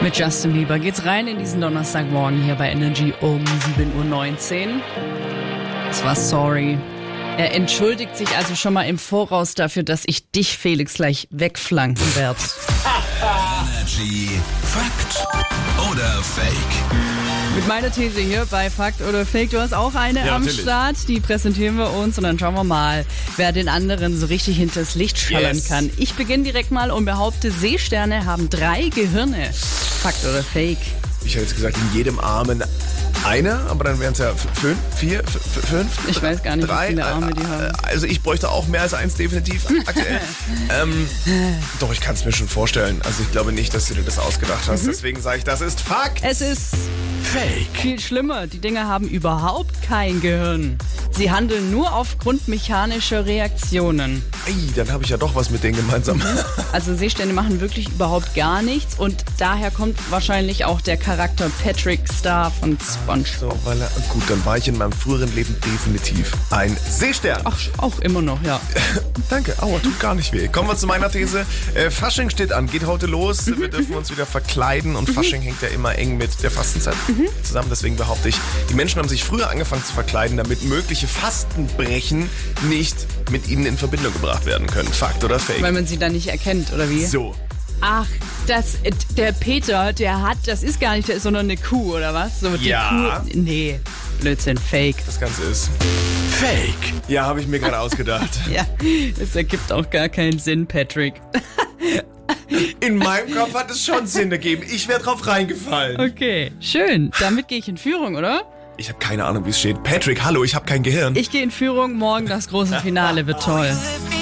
Mit Justin Bieber geht's rein in diesen Donnerstagmorgen hier bei Energy um 7.19 Uhr. Das war Sorry. Er entschuldigt sich also schon mal im Voraus dafür, dass ich dich, Felix, gleich wegflanken werde. Energy Fakt oder Fake? Mit meiner These hier bei Fakt oder Fake. Du hast auch eine am natürlich. Start. Die präsentieren wir uns und dann schauen wir mal, wer den anderen so richtig hinters Licht schallern kann. Ich beginne direkt mal und behaupte, Seesterne haben 3 Gehirne. Fakt oder Fake? Ich hätte jetzt gesagt, in jedem Armen eine, aber dann wären es ja 5, 4, 5. Ich weiß gar nicht, 3, wie viele Arme die haben. Also ich bräuchte auch mehr als eins definitiv aktuell. Doch, ich kann es mir schon vorstellen. Also ich glaube nicht, dass du dir das ausgedacht hast. Deswegen sage ich, das ist Fakt. Es ist Fake. viel schlimmer. Die Dinger haben überhaupt kein Gehirn. Sie handeln nur aufgrund mechanischer Reaktionen. Ei, dann habe ich ja doch was mit denen gemeinsam. Also Seesterne machen wirklich überhaupt gar nichts und daher kommt wahrscheinlich auch der Charakter Patrick Star von SpongeBob. So, gut, dann war ich in meinem früheren Leben definitiv ein Seestern. Ach, auch immer noch, ja. Danke, aua, tut gar nicht weh. Kommen wir zu meiner These. Fasching steht an, geht heute los. Wir dürfen uns wieder verkleiden und Fasching hängt ja immer eng mit der Fastenzeit zusammen. Deswegen behaupte ich, die Menschen haben sich früher angefangen zu verkleiden, damit mögliche Fastenbrechen nicht mit ihnen in Verbindung gebracht werden können. Fakt oder Fake? Weil man sie dann nicht erkennt, oder wie? So. Ach, der Peter, das ist gar nicht, der ist sondern eine Kuh, oder was? So, die Ja. Kuh, nee, Blödsinn, Fake. Das Ganze ist Fake. Ja, habe ich mir gerade ausgedacht. Ja, das ergibt auch gar keinen Sinn, Patrick. In meinem Kopf hat es schon Sinn ergeben. Ich wäre drauf reingefallen. Okay, schön. Damit gehe ich in Führung, oder? Ich habe keine Ahnung, wie es steht. Patrick, hallo, ich habe kein Gehirn. Ich gehe in Führung, morgen das große Finale wird toll. Live